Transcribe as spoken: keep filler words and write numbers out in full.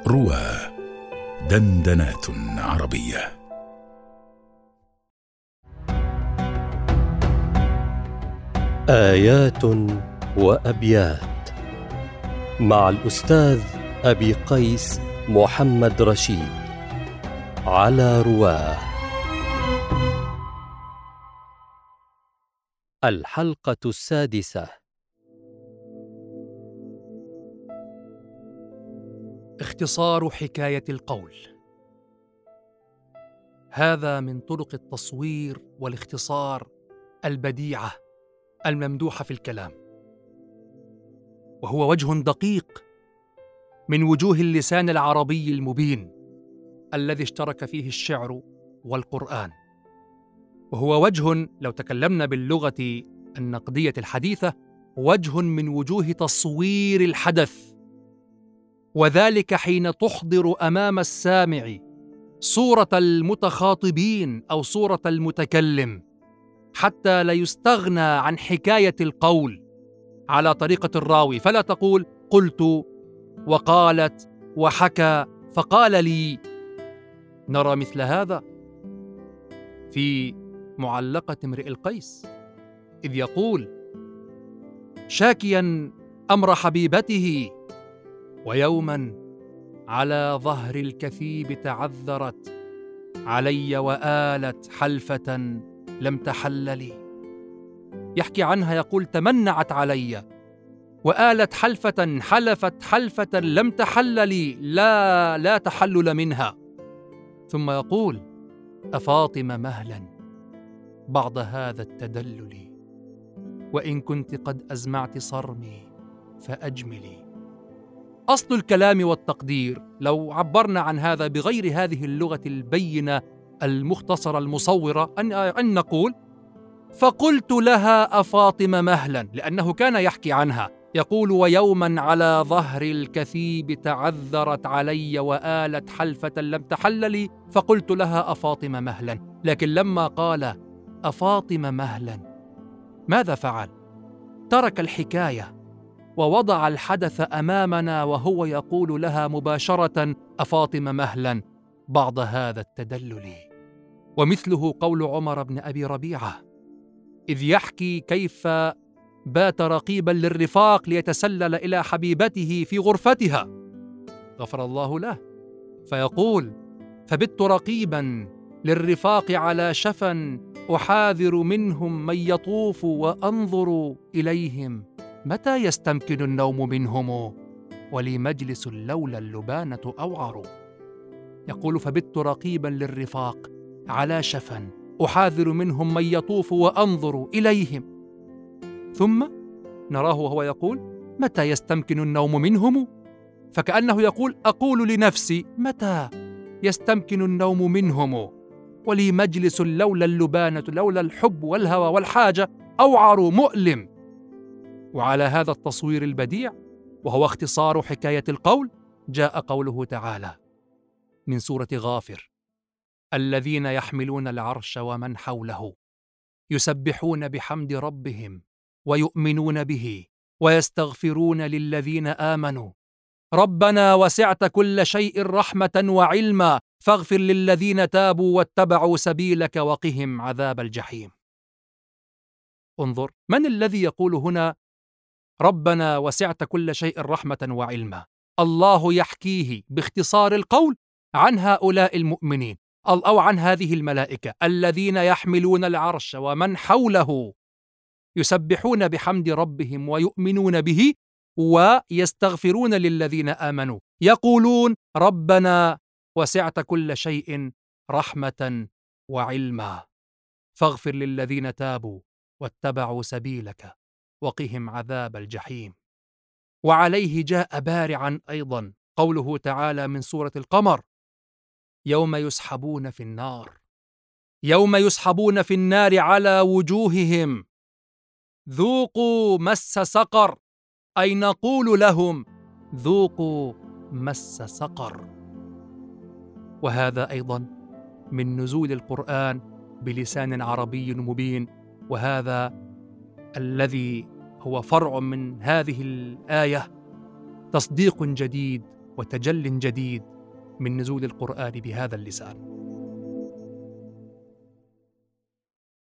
روى دندنات عربية. آيات وأبيات مع الأستاذ أبي قيس محمد رشيد على رواه. الحلقة السادسة. اختصار حكاية القول. هذا من طرق التصوير والاختصار البديعة الممدوحة في الكلام، وهو وجه دقيق من وجوه اللسان العربي المبين الذي اشترك فيه الشعر والقرآن، وهو وجه لو تكلمنا باللغة النقدية الحديثة وجه من وجوه تصوير الحدث، وذلك حين تحضر أمام السامع صورة المتخاطبين أو صورة المتكلم، حتى لا يستغنى عن حكاية القول على طريقة الراوي، فلا تقول قلت وقالت وحكى فقال لي. نرى مثل هذا في معلقة امرئ القيس، إذ يقول شاكيا أمر حبيبته ويوما على ظهر الكثيب تعذرت علي وآلت حلفة لم تحل لي. يحكي عنها يقول تمنعت علي وآلت حلفة، حلفت حلفة لم تحل لي، لا لا تحلل منها. ثم يقول أفاطمة مهلا بعض هذا التدلل، وإن كنت قد أزمعت صرمي فأجملي. أصل الكلام والتقدير لو عبرنا عن هذا بغير هذه اللغة البينة المختصرة المصورة أن, أن نقول فقلت لها أفاطمة مهلا، لأنه كان يحكي عنها يقول ويوما على ظهر الكثيب تعذرت علي وآلت حلفة لم تحل لي فقلت لها أفاطمة مهلا. لكن لما قال أفاطمة مهلا ماذا فعل؟ ترك الحكاية ووضع الحدث أمامنا وهو يقول لها مباشرة أفاطمة مهلا بعض هذا التدلل. ومثله قول عمر بن أبي ربيعة إذ يحكي كيف بات رقيبا للرفاق ليتسلل إلى حبيبته في غرفتها غفر الله له، فيقول فبت رقيبا للرفاق على شفا أحاذر منهم من يطوف وأنظر إليهم متى يستمكن النوم منهم ولي مجلس لولا اللبانة أوعر. يقول فبت رقيبا للرفاق على شفا أحاذر منهم من يطوف وأنظر إليهم، ثم نراه وهو يقول متى يستمكن النوم منهم، فكأنه يقول أقول لنفسي متى يستمكن النوم منهم ولي مجلس لولا اللبانة لولا الحب والهوى والحاجة أوعر مؤلم. وعلى هذا التصوير البديع وهو اختصار حكاية القول جاء قوله تعالى من سورة غافر الذين يحملون العرش ومن حوله يسبحون بحمد ربهم ويؤمنون به ويستغفرون للذين آمنوا ربنا وسعت كل شيء رحمة وعلما فاغفر للذين تابوا واتبعوا سبيلك وقهم عذاب الجحيم. انظر من الذي يقول هنا ربنا وسعت كل شيء رحمة وعلما؟ الله يحكيه باختصار القول عن هؤلاء المؤمنين أو عن هذه الملائكة الذين يحملون العرش ومن حوله يسبحون بحمد ربهم ويؤمنون به ويستغفرون للذين آمنوا يقولون ربنا وسعت كل شيء رحمة وعلما فاغفر للذين تابوا واتبعوا سبيلك وقهم عذاب الجحيم. وعليه جاء بارعا أيضا قوله تعالى من سورة القمر يوم يسحبون في النار يوم يسحبون في النار على وجوههم ذوقوا مس سقر، أي نقول لهم ذوقوا مس سقر. وهذا أيضا من نزول القرآن بلسان عربي مبين، وهذا الذي هو فرع من هذه الآية تصديق جديد وتجل جديد من نزول القرآن بهذا اللسان.